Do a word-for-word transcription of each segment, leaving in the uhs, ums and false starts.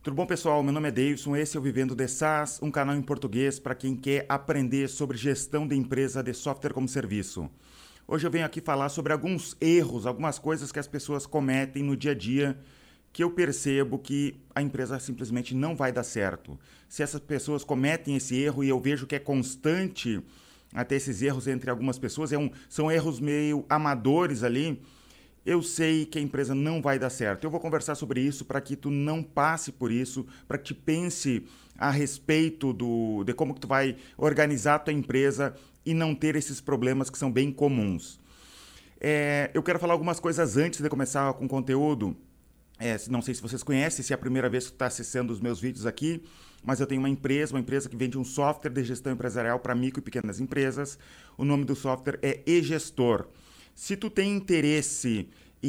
Tudo bom, pessoal? Meu nome é Davidson, esse é o Vivendo de SaaS, um canal em português para quem quer aprender sobre gestão de empresa de software como serviço. Hoje eu venho aqui falar sobre alguns erros, algumas coisas que as pessoas cometem no dia a dia que eu percebo que a empresa simplesmente não vai dar certo. Se essas pessoas cometem esse erro e eu vejo que é constante até esses erros entre algumas pessoas, é um, são erros meio amadores ali, eu sei que a empresa não vai dar certo. Eu vou conversar sobre isso para que tu não passe por isso, para que tu pense a respeito do, de como que tu vai organizar a tua empresa e não ter esses problemas que são bem comuns. É, eu quero falar algumas coisas antes de começar com o conteúdo. É, não sei se vocês conhecem, se é a primeira vez que tu está acessando os meus vídeos aqui, mas eu tenho uma empresa, uma empresa que vende um software de gestão empresarial para micro e pequenas empresas. O nome do software é eGestor. Se tu tem interesse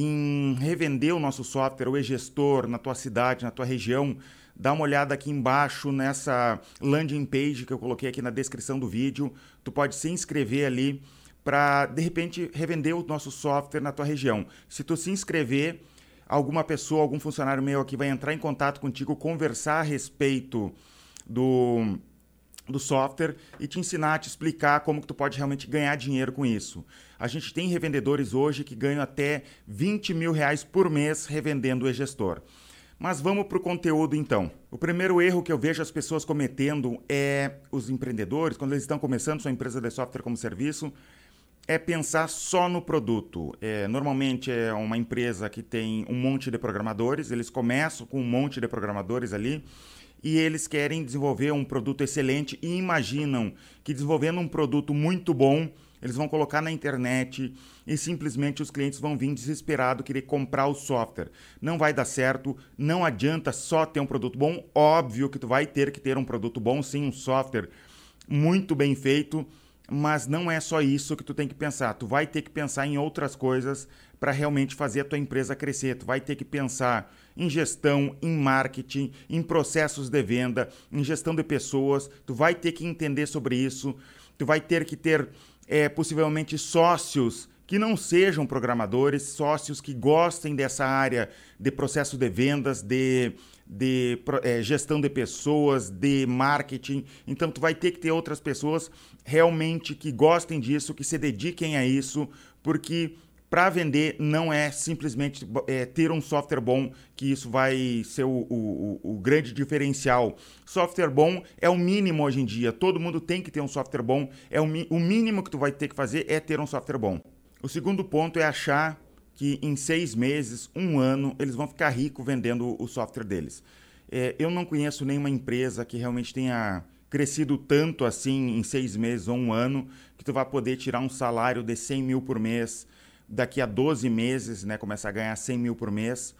em revender o nosso software, o eGestor, na tua cidade, na tua região, dá uma olhada aqui embaixo nessa landing page que eu coloquei aqui na descrição do vídeo. Tu pode se inscrever ali para, de repente, revender o nosso software na tua região. Se tu se inscrever, alguma pessoa, algum funcionário meu aqui vai entrar em contato contigo, conversar a respeito do... do software e te ensinar, te explicar como que tu pode realmente ganhar dinheiro com isso. A gente tem revendedores hoje que ganham até vinte mil reais por mês revendendo o eGestor. Mas vamos para o conteúdo então. O primeiro erro que eu vejo as pessoas cometendo é os empreendedores, quando eles estão começando sua empresa de software como serviço, é pensar só no produto. É, normalmente é uma empresa que tem um monte de programadores, eles começam com um monte de programadores ali, e eles querem desenvolver um produto excelente e imaginam que desenvolvendo um produto muito bom, eles vão colocar na internet e simplesmente os clientes vão vir desesperados querer comprar o software. Não vai dar certo, não adianta só ter um produto bom. Óbvio que tu vai ter que ter um produto bom, sim, um software muito bem feito, mas não é só isso que tu tem que pensar. Tu vai ter que pensar em outras coisas para realmente fazer a tua empresa crescer. Tu vai ter que pensar em gestão, em marketing, em processos de venda, em gestão de pessoas. Tu vai ter que entender sobre isso. Tu vai ter que ter, é, possivelmente, sócios que não sejam programadores, sócios que gostem dessa área de processo de vendas, de, de é, gestão de pessoas, de marketing. Então, tu vai ter que ter outras pessoas realmente que gostem disso, que se dediquem a isso, porque para vender não é simplesmente é, ter um software bom, que isso vai ser o, o, o grande diferencial. Software bom é o mínimo hoje em dia. Todo mundo tem que ter um software bom. É o, o mínimo que tu vai ter que fazer é ter um software bom. O segundo ponto é achar que em seis meses, um ano, eles vão ficar ricos vendendo o software deles. É, eu não conheço nenhuma empresa que realmente tenha crescido tanto assim em seis meses ou um ano, que tu vai poder tirar um salário de cem mil por mês, daqui a doze meses, né, começar a ganhar cem mil por mês.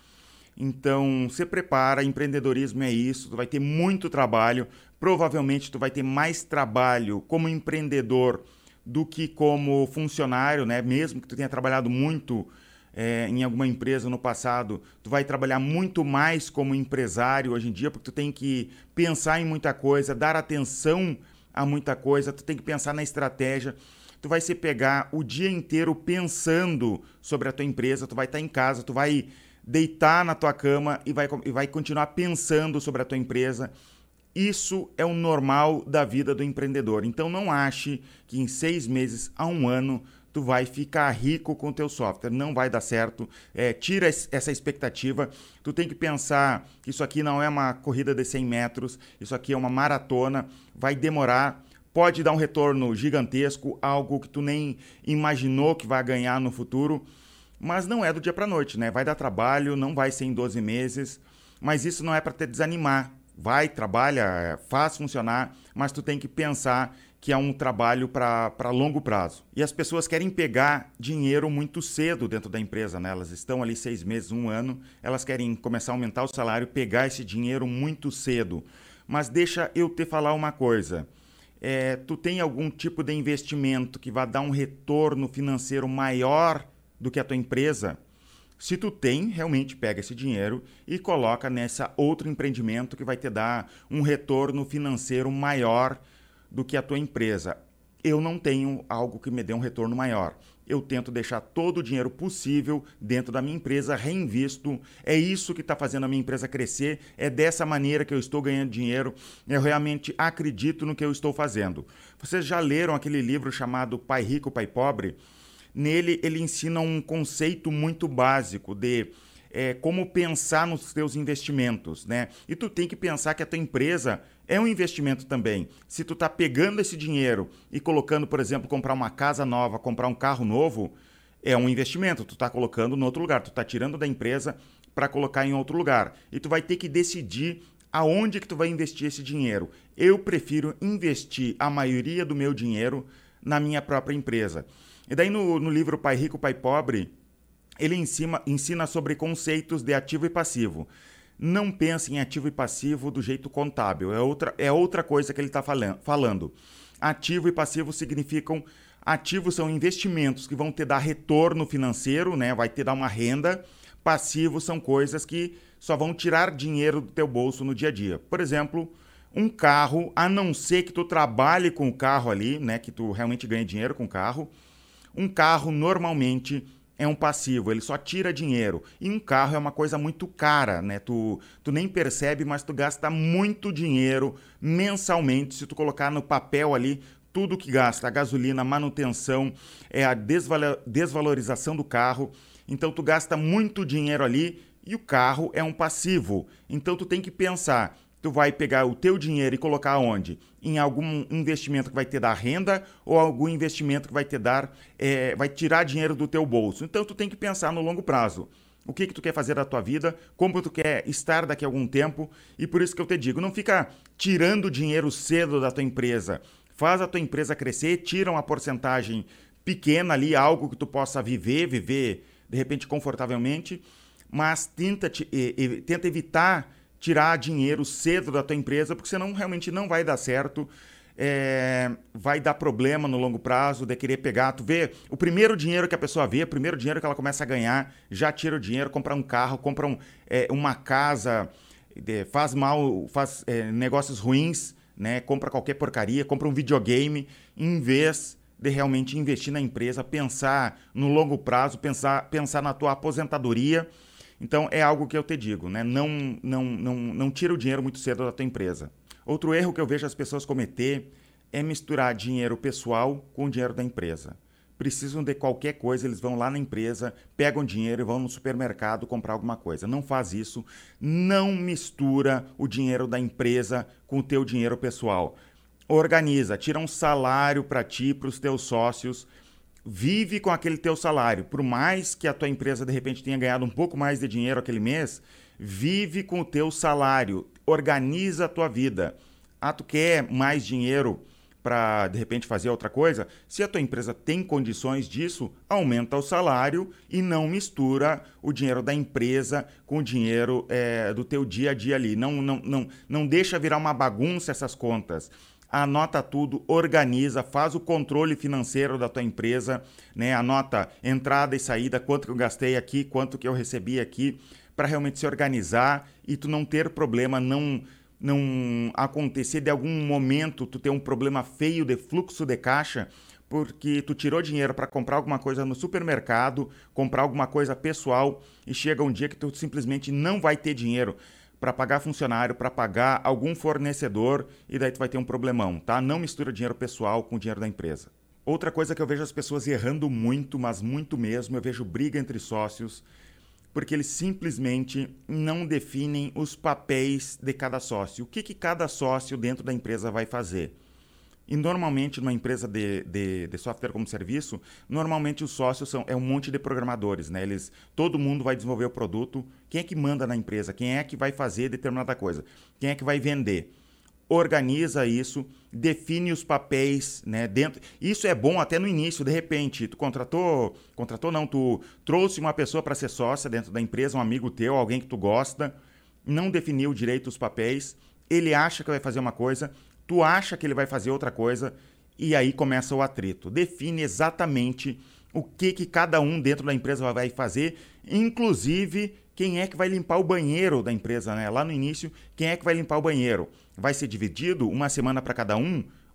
Então, se prepara, empreendedorismo é isso, tu vai ter muito trabalho, provavelmente tu vai ter mais trabalho como empreendedor do que como funcionário, né? Mesmo que tu tenha trabalhado muito é, em alguma empresa no passado, tu vai trabalhar muito mais como empresário hoje em dia, porque tu tem que pensar em muita coisa, dar atenção a muita coisa, tu tem que pensar na estratégia. Tu vai se pegar o dia inteiro pensando sobre a tua empresa, tu vai estar em casa, tu vai deitar na tua cama e vai, e vai continuar pensando sobre a tua empresa. Isso é o normal da vida do empreendedor. Então não ache que em seis meses a um ano tu vai ficar rico com o teu software. Não vai dar certo. É, tira essa expectativa. Tu tem que pensar que isso aqui não é uma corrida de cem metros, isso aqui é uma maratona, vai demorar. Pode dar um retorno gigantesco, algo que tu nem imaginou que vai ganhar no futuro, mas não é do dia para a noite, né? Vai dar trabalho, não vai ser em doze meses, mas isso não é para te desanimar. Vai, trabalha, faz funcionar, mas tu tem que pensar que é um trabalho para longo prazo. E as pessoas querem pegar dinheiro muito cedo dentro da empresa, né? Elas estão ali seis meses, um ano, elas querem começar a aumentar o salário, pegar esse dinheiro muito cedo. Mas deixa eu te falar uma coisa. É, tu tem algum tipo de investimento que vai dar um retorno financeiro maior do que a tua empresa? Se tu tem, realmente pega esse dinheiro e coloca nessa outro empreendimento que vai te dar um retorno financeiro maior do que a tua empresa. Eu não tenho algo que me dê um retorno maior. eu tento deixar todo o dinheiro possível dentro da minha empresa, reinvisto. É isso que está fazendo a minha empresa crescer, é dessa maneira que eu estou ganhando dinheiro, eu realmente acredito no que eu estou fazendo. Vocês já leram aquele livro chamado Pai Rico, Pai Pobre? Nele ele ensina um conceito muito básico de é, como pensar nos seus investimentos, né? E tu tem que pensar que a tua empresa é um investimento também. Se tu tá pegando esse dinheiro e colocando, por exemplo, comprar uma casa nova, comprar um carro novo, é um investimento. Tu tá colocando em outro lugar, tu tá tirando da empresa para colocar em outro lugar. E tu vai ter que decidir aonde que tu vai investir esse dinheiro. Eu prefiro investir a maioria do meu dinheiro na minha própria empresa. E daí no, no livro Pai Rico, Pai Pobre, ele ensina, ensina sobre conceitos de ativo e passivo. Não pense em ativo e passivo do jeito contábil. É outra, é outra coisa que ele está falando. Ativo e passivo significam... Ativos são investimentos que vão te dar retorno financeiro, né? Vai te dar uma renda. Passivos são coisas que só vão tirar dinheiro do teu bolso no dia a dia. Por exemplo, um carro, a não ser que tu trabalhe com o carro ali, né? Que tu realmente ganhe dinheiro com o carro. Um carro, normalmente... é um passivo, ele só tira dinheiro. E um carro é uma coisa muito cara, né? Tu, tu nem percebe, mas tu gasta muito dinheiro mensalmente. Se tu colocar no papel ali, tudo que gasta, a gasolina, a manutenção, é a desvalo- desvalorização do carro. Então tu gasta muito dinheiro ali e o carro é um passivo. Então tu tem que pensar, tu vai pegar o teu dinheiro e colocar onde? Em algum investimento que vai te dar renda ou algum investimento que vai te dar, é, vai tirar dinheiro do teu bolso. Então tu tem que pensar no longo prazo. O que que tu quer fazer da tua vida, como tu quer estar daqui a algum tempo, e por isso que eu te digo, não fica tirando dinheiro cedo da tua empresa. Faz a tua empresa crescer, tira uma porcentagem pequena ali, algo que tu possa viver, viver de repente confortavelmente, mas tenta, te, e, e, tenta evitar tirar dinheiro cedo da tua empresa, porque senão realmente não vai dar certo, é, vai dar problema no longo prazo de querer pegar. Tu vê, o primeiro dinheiro que a pessoa vê, o primeiro dinheiro que ela começa a ganhar, já tira o dinheiro, compra um carro, compra um, é, uma casa, é, faz mal, faz é, negócios ruins, né? Compra qualquer porcaria, compra um videogame, em vez de realmente investir na empresa, pensar no longo prazo, pensar, pensar na tua aposentadoria. Então, é algo que eu te digo, né? Não, não, não, não tira o dinheiro muito cedo da tua empresa. Outro erro que eu vejo as pessoas cometer é misturar dinheiro pessoal com o dinheiro da empresa. Precisam de qualquer coisa, eles vão lá na empresa, pegam dinheiro e vão no supermercado comprar alguma coisa. Não faz isso. Não mistura o dinheiro da empresa com o teu dinheiro pessoal. Organiza, tira um salário para ti, para os teus sócios. Vive com aquele teu salário. Por mais que a tua empresa de repente tenha ganhado um pouco mais de dinheiro aquele mês, vive com o teu salário. Organiza a tua vida. Ah, tu quer mais dinheiro para de repente fazer outra coisa? Se a tua empresa tem condições disso, aumenta o salário e não mistura o dinheiro da empresa com o dinheiro é, do teu dia a dia ali. Não, não, não, não deixa virar uma bagunça essas contas. Anota tudo, organiza, faz o controle financeiro da tua empresa, né? Anota entrada e saída, quanto que eu gastei aqui, quanto que eu recebi aqui, para realmente se organizar e tu não ter problema, não, não acontecer de algum momento tu ter um problema feio de fluxo de caixa, porque tu tirou dinheiro para comprar alguma coisa no supermercado, comprar alguma coisa pessoal e chega um dia que tu simplesmente não vai ter dinheiro para pagar funcionário, para pagar algum fornecedor, e daí tu vai ter um problemão, tá? Não mistura dinheiro pessoal com o dinheiro da empresa. Outra coisa que eu vejo as pessoas errando muito, mas muito mesmo, eu vejo briga entre sócios, porque eles simplesmente não definem os papéis de cada sócio. O que, que cada sócio dentro da empresa vai fazer? E normalmente, numa empresa de, de, de software como serviço, normalmente os sócios são é um monte de programadores, né? Eles, todo mundo vai desenvolver o produto. Quem é que manda na empresa? Quem é que vai fazer determinada coisa? Quem é que vai vender? Organiza isso, define os papéis, né? Dentro. Isso é bom até no início, de repente. Tu contratou, contratou não, tu trouxe uma pessoa para ser sócia dentro da empresa, um amigo teu, alguém que tu gosta, não definiu direito os papéis, ele acha que vai fazer uma coisa, tu acha que ele vai fazer outra coisa e aí começa o atrito. Define exatamente o que, que cada um dentro da empresa vai fazer, inclusive quem é que vai limpar o banheiro da empresa, né? Lá no início, quem é que vai limpar o banheiro? Vai ser dividido uma semana para cada um?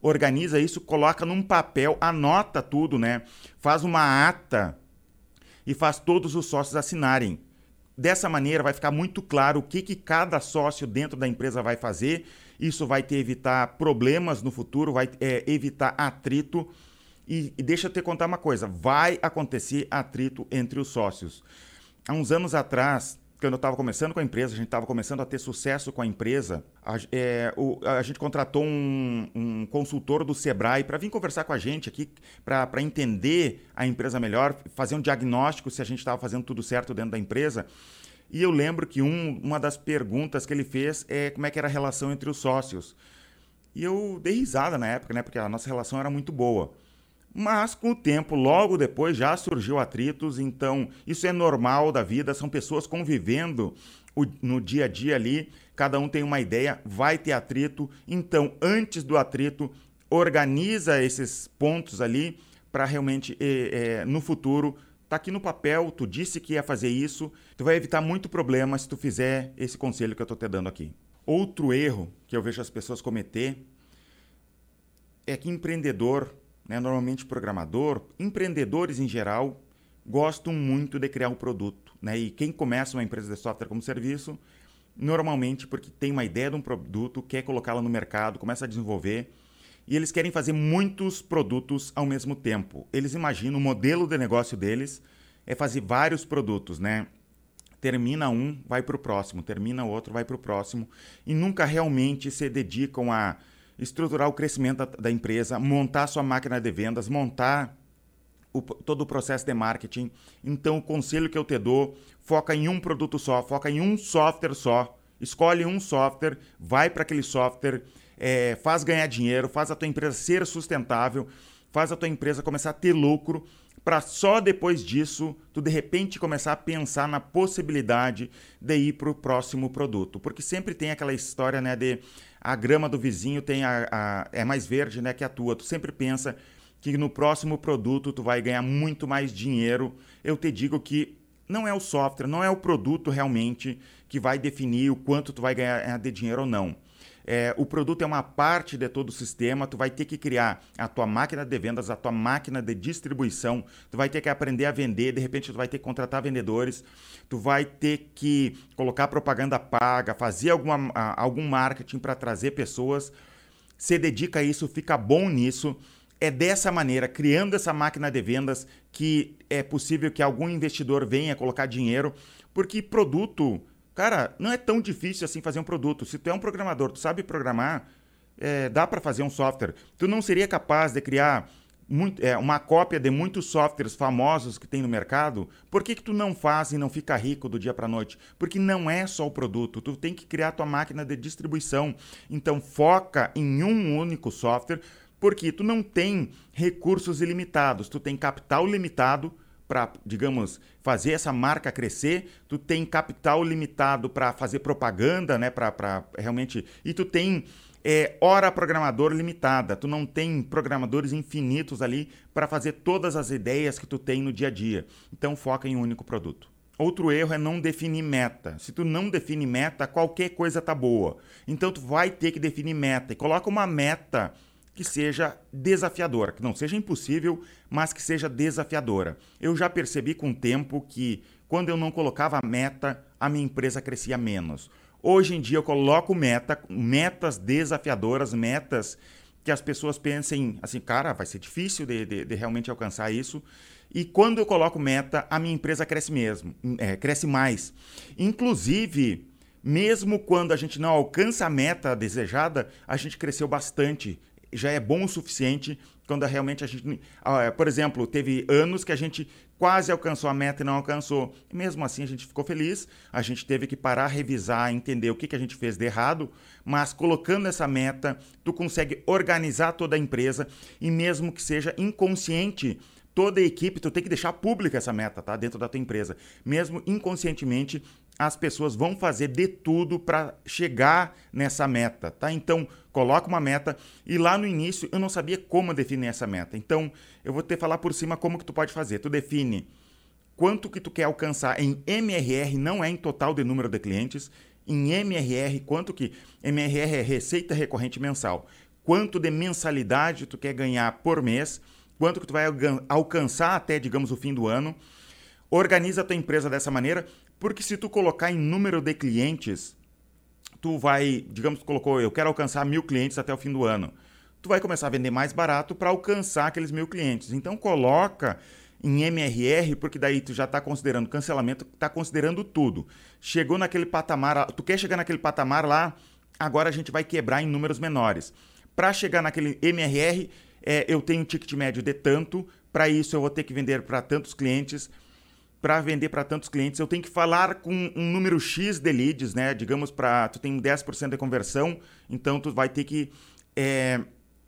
organiza isso, coloca num papel, anota tudo, né? Faz uma ata e faz todos os sócios assinarem. Dessa maneira vai ficar muito claro o que, que cada sócio dentro da empresa vai fazer. Isso vai te evitar problemas no futuro, vai é, evitar atrito. E, e deixa eu te contar uma coisa, vai acontecer atrito entre os sócios. Há uns anos atrás, quando eu estava começando com a empresa, a gente estava começando a ter sucesso com a empresa, a, é, o, a gente contratou um, um consultor do Sebrae para vir conversar com a gente aqui, para entender a empresa melhor, fazer um diagnóstico se a gente estava fazendo tudo certo dentro da empresa. E eu lembro que um, uma das perguntas que ele fez é como é que era a relação entre os sócios. E eu dei risada na época, né, porque a nossa relação era muito boa. Mas, com o tempo, logo depois já surgiu atritos, então isso é normal da vida, são pessoas convivendo o, no dia a dia ali, cada um tem uma ideia, vai ter atrito, então antes do atrito, organiza esses pontos ali para realmente, é, é, no futuro, tá aqui no papel, tu disse que ia fazer isso, tu vai evitar muito problema se tu fizer esse conselho que eu estou te dando aqui. Outro erro que eu vejo as pessoas cometer é que empreendedor... Né, normalmente programador, empreendedores em geral, gostam muito de criar um produto. Né? E quem começa uma empresa de software como serviço, normalmente porque tem uma ideia de um produto, quer colocá-la no mercado, começa a desenvolver, e eles querem fazer muitos produtos ao mesmo tempo. Eles imaginam, o modelo de negócio deles é fazer vários produtos, né? Termina um, vai para o próximo, termina outro, vai para o próximo, e nunca realmente se dedicam a estruturar o crescimento da, da empresa, montar sua máquina de vendas, montar o, todo o processo de marketing. Então, o conselho que eu te dou, foca em um produto só, foca em um software só, escolhe um software, vai para aquele software, é, faz ganhar dinheiro, faz a tua empresa ser sustentável, faz a tua empresa começar a ter lucro, para só depois disso, tu de repente começar a pensar na possibilidade de ir para o próximo produto. Porque sempre tem aquela história, né, de a grama do vizinho tem a, a, é mais verde, né, que a tua. Tu sempre pensa que no próximo produto tu vai ganhar muito mais dinheiro. Eu te digo que não é o software, não é o produto realmente que vai definir o quanto tu vai ganhar de dinheiro ou não. É, o produto é uma parte de todo o sistema, tu vai ter que criar a tua máquina de vendas, a tua máquina de distribuição, tu vai ter que aprender a vender, de repente tu vai ter que contratar vendedores, tu vai ter que colocar propaganda paga, fazer alguma, algum marketing para trazer pessoas, se dedica a isso, fica bom nisso. É dessa maneira, criando essa máquina de vendas, que é possível que algum investidor venha colocar dinheiro, porque produto... Cara, não é tão difícil assim fazer um produto. Se tu é um programador, tu sabe programar, é, dá para fazer um software. Tu não seria capaz de criar muito, é, uma cópia de muitos softwares famosos que tem no mercado? Por que que tu não faz e não fica rico do dia para a noite? Porque não é só o produto. Tu tem que criar tua máquina de distribuição. Então, foca em um único software, porque tu não tem recursos ilimitados. Tu tem capital limitado para, digamos, fazer essa marca crescer, tu tem capital limitado para fazer propaganda, né, para realmente... E tu tem é, hora programador limitada, tu não tem programadores infinitos ali para fazer todas as ideias que tu tem no dia a dia. Então, foca em um único produto. Outro erro é não definir meta. Se tu não define meta, qualquer coisa tá boa. Então, tu vai ter que definir meta. E coloca uma meta que seja desafiadora, que não seja impossível, mas que seja desafiadora. Eu já percebi com o tempo que quando eu não colocava meta, a minha empresa crescia menos. Hoje em dia eu coloco meta, metas desafiadoras, metas que as pessoas pensem assim, cara, vai ser difícil de, de, de realmente alcançar isso. E quando eu coloco meta, a minha empresa cresce mesmo, é, cresce mais. Inclusive, mesmo quando a gente não alcança a meta desejada, a gente cresceu bastante. Já é bom o suficiente quando realmente a gente... Por exemplo, teve anos que a gente quase alcançou a meta e não alcançou. E mesmo assim, a gente ficou feliz. A gente teve que parar, revisar, entender o que, que a gente fez de errado. Mas colocando essa meta, tu consegue organizar toda a empresa. E mesmo que seja inconsciente, toda a equipe, tu tem que deixar pública essa meta, tá? Dentro da tua empresa. Mesmo inconscientemente, as pessoas vão fazer de tudo para chegar nessa meta, tá? Então, coloca uma meta e lá no início eu não sabia como definir essa meta. Então, eu vou te falar por cima como que tu pode fazer. Tu define quanto que tu quer alcançar em M R R, não é em total de número de clientes, em M R R, quanto que... M R R é receita recorrente mensal. quanto de mensalidade tu quer ganhar por mês, quanto que tu vai alcançar até, digamos, o fim do ano. Organiza a tua empresa dessa maneira, porque se tu colocar em número de clientes, tu vai, digamos, tu colocou, eu quero alcançar mil clientes até o fim do ano. Tu vai começar a vender mais barato para alcançar aqueles mil clientes. Então coloca em M R R, porque daí tu já está considerando cancelamento, está considerando tudo. Chegou naquele patamar, tu quer chegar naquele patamar lá, agora a gente vai quebrar em números menores. Para chegar naquele M R R, é, eu tenho um ticket médio de tanto, para isso eu vou ter que vender para tantos clientes. Para vender para tantos clientes, eu tenho que falar com um número X de leads, né? Digamos, para tu tem dez por cento de conversão, então tu vai ter que é,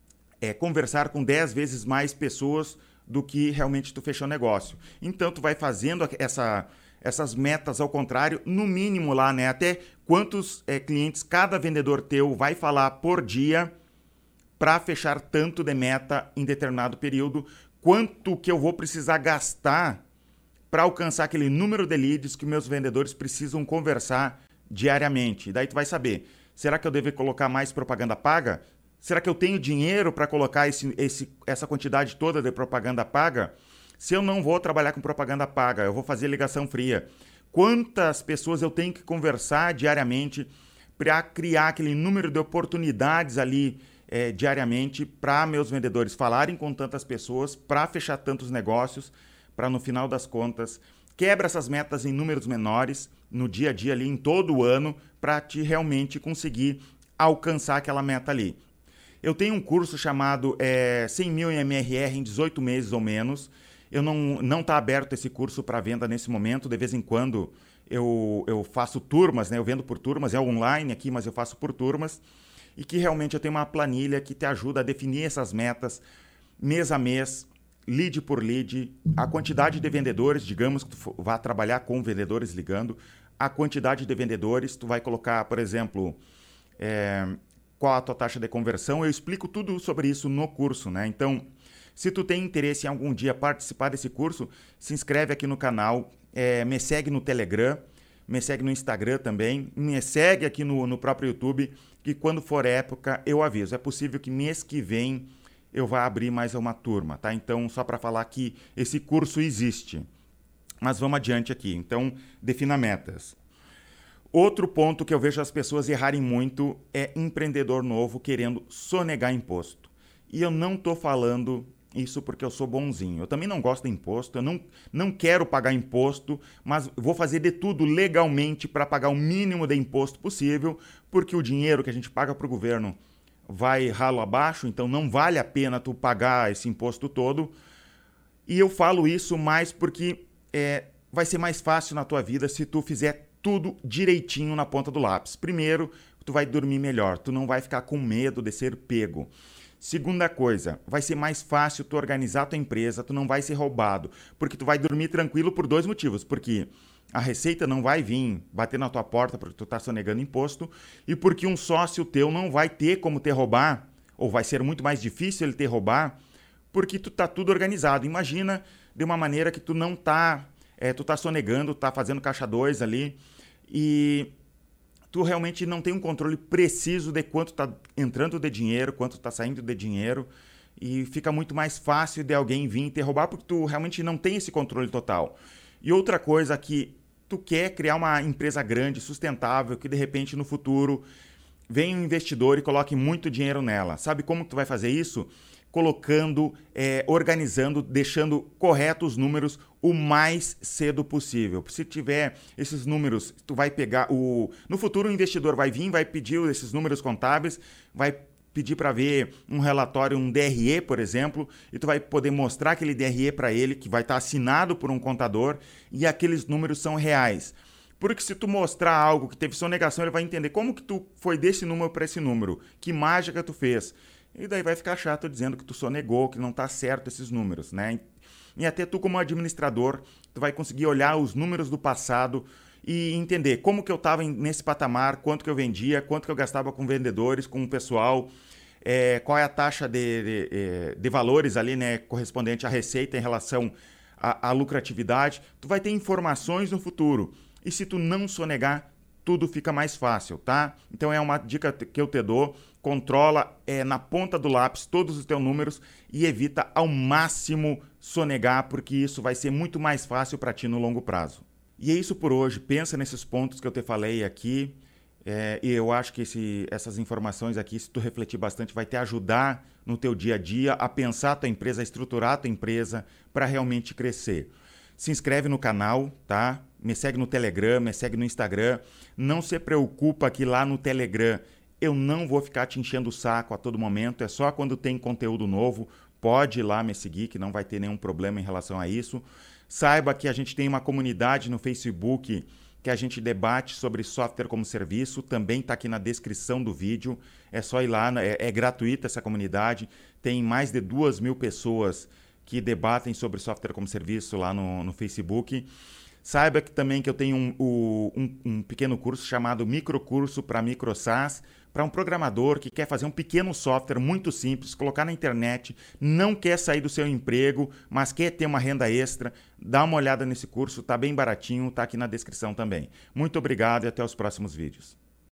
é, conversar com dez vezes mais pessoas do que realmente tu fechou o negócio. Então tu vai fazendo essa, essas metas ao contrário, no mínimo lá, né? Até quantos é, clientes cada vendedor teu vai falar por dia para fechar tanto de meta em determinado período, quanto que eu vou precisar gastar para alcançar aquele número de leads que meus vendedores precisam conversar diariamente. Daí tu vai saber, será que eu devo colocar mais propaganda paga? Será que eu tenho dinheiro para colocar esse, esse, essa quantidade toda de propaganda paga? Se eu não vou trabalhar com propaganda paga, eu vou fazer ligação fria. Quantas pessoas eu tenho que conversar diariamente para criar aquele número de oportunidades ali é, diariamente para meus vendedores falarem com tantas pessoas, para fechar tantos negócios, para no final das contas, quebra essas metas em números menores, no dia a dia ali, em todo o ano, para te realmente conseguir alcançar aquela meta ali. Eu tenho um curso chamado é, cem mil em M R R em dezoito meses ou menos. Eu não não está aberto esse curso para venda nesse momento. De vez em quando eu, eu faço turmas, né? Eu vendo por turmas, é online aqui, mas eu faço por turmas. E que realmente eu tenho uma planilha que te ajuda a definir essas metas mês a mês, lead por lead, a quantidade de vendedores, digamos que tu vá trabalhar com vendedores ligando, a quantidade de vendedores, tu vai colocar, por exemplo, é, qual a tua taxa de conversão, eu explico tudo sobre isso no curso, né? Então, se tu tem interesse em algum dia participar desse curso, se inscreve aqui no canal, é, me segue no Telegram, me segue no Instagram também, me segue aqui no, no próprio YouTube, que quando for época eu aviso. É possível que mês que vem eu vá abrir mais uma turma, tá? Então, só para falar que esse curso existe. Mas vamos adiante aqui. Então, defina metas. Outro ponto que eu vejo as pessoas errarem muito é empreendedor novo querendo sonegar imposto. E eu não estou falando isso porque eu sou bonzinho. Eu também não gosto de imposto, eu não, não quero pagar imposto, mas vou fazer de tudo legalmente para pagar o mínimo de imposto possível, porque o dinheiro que a gente paga para o governo vai ralo abaixo, então não vale a pena tu pagar esse imposto todo. E eu falo isso mais porque é, vai ser mais fácil na tua vida se tu fizer tudo direitinho na ponta do lápis. Primeiro, tu vai dormir melhor, tu não vai ficar com medo de ser pego. Segunda coisa, vai ser mais fácil tu organizar a tua empresa, tu não vai ser roubado, porque tu vai dormir tranquilo por dois motivos, porque a Receita não vai vir bater na tua porta porque tu está sonegando imposto e porque um sócio teu não vai ter como te roubar, ou vai ser muito mais difícil ele te roubar, porque tu tá tudo organizado. Imagina de uma maneira que tu não tá, é, tu tá sonegando, tá fazendo caixa dois ali e tu realmente não tem um controle preciso de quanto tá entrando de dinheiro, quanto tá saindo de dinheiro e fica muito mais fácil de alguém vir te roubar porque tu realmente não tem esse controle total. E outra coisa que tu quer criar uma empresa grande, sustentável, que de repente no futuro venha um investidor e coloque muito dinheiro nela. Sabe como tu vai fazer isso? Colocando, é, organizando, deixando corretos os números o mais cedo possível. Se tiver esses números, tu vai pegar o... No futuro o investidor vai vir, vai pedir esses números contábeis, vai pedir para ver um relatório, um D R E, por exemplo, e tu vai poder mostrar aquele D R E para ele, que vai estar assinado por um contador, e aqueles números são reais. Porque se tu mostrar algo que teve sonegação, ele vai entender como que tu foi desse número para esse número, que mágica tu fez. E daí vai ficar chato dizendo que tu sonegou, que não está certo esses números, né? E até tu como administrador, tu vai conseguir olhar os números do passado e entender como que eu estava nesse patamar, quanto que eu vendia, quanto que eu gastava com vendedores, com o pessoal, é, qual é a taxa de, de, de valores ali, né, correspondente à receita em relação à, à lucratividade. Tu vai ter informações no futuro. E se tu não sonegar, tudo fica mais fácil, tá? Então é uma dica que eu te dou, controla é, na ponta do lápis todos os teus números e evita ao máximo sonegar, porque isso vai ser muito mais fácil para ti no longo prazo. E é isso por hoje, pensa nesses pontos que eu te falei aqui, é, e eu acho que esse, essas informações aqui, se tu refletir bastante, vai te ajudar no teu dia a dia a pensar a tua empresa, a estruturar a tua empresa para realmente crescer. Se inscreve no canal, tá? Me segue no Telegram, me segue no Instagram. Não se preocupa que lá no Telegram eu não vou ficar te enchendo o saco a todo momento. É só quando tem conteúdo novo. Pode ir lá me seguir, que não vai ter nenhum problema em relação a isso. Saiba que a gente tem uma comunidade no Facebook que a gente debate sobre software como serviço. Também está aqui na descrição do vídeo. É só ir lá, é, é gratuita essa comunidade. Tem mais de duas mil pessoas que debatem sobre software como serviço lá no, no Facebook. Saiba que também que eu tenho um, um, um pequeno curso chamado Microcurso para Micro SaaS, para um programador que quer fazer um pequeno software muito simples, colocar na internet, não quer sair do seu emprego, mas quer ter uma renda extra. Dá uma olhada nesse curso, tá bem baratinho, tá aqui na descrição também. Muito obrigado e até os próximos vídeos.